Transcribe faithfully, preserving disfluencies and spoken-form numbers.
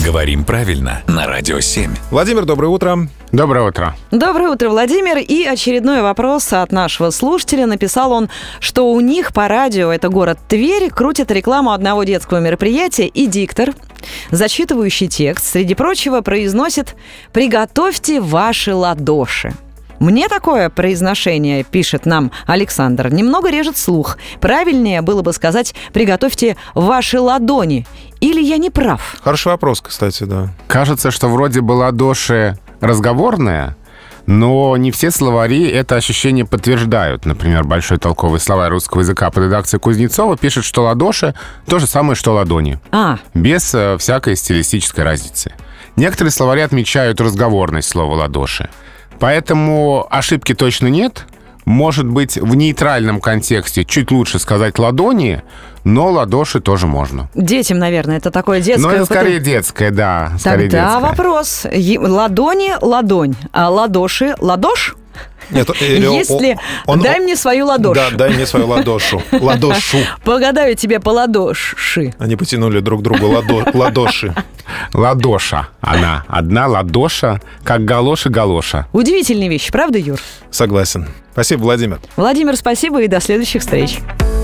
Говорим правильно на Радио семь. Владимир, доброе утро. Доброе утро. Доброе утро, Владимир. И очередной вопрос от нашего слушателя. Написал он, что у них по радио, это город Тверь, крутит рекламу одного детского мероприятия, и диктор, зачитывающий текст, среди прочего, произносит «Приготовьте ваши ладоши». Мне такое произношение, пишет нам Александр, немного режет слух. Правильнее было бы сказать «приготовьте ваши ладони». Или я не прав? Хороший вопрос, кстати, да. Кажется, что вроде бы ладоши разговорные, но не все словари это ощущение подтверждают. Например, Большой толковый словарь русского языка под редакцией Кузнецова пишет, что ладоши — то же самое, что ладони. А. Без э, всякой стилистической разницы. Некоторые словари отмечают разговорность слова «ладоши». Поэтому ошибки точно нет. Может быть, в нейтральном контексте чуть лучше сказать «ладони», но «ладоши» тоже можно. Детям, наверное, это такое детское... Но это скорее детское, да. Скорее Тогда детское. вопрос. Е- Ладони — ладонь, а ладоши — ладош? Нет, или Если... он- дай он- мне свою ладошь. Да, дай мне свою ладошу. Ладошу. Погадаю тебе по ладоши. Они потянули друг другу ладо- ладоши. Ладоша она. Одна ладоша, как галоша-галоша. Удивительные вещи, правда, Юр? Согласен. Спасибо, Владимир. Владимир, спасибо и до следующих встреч.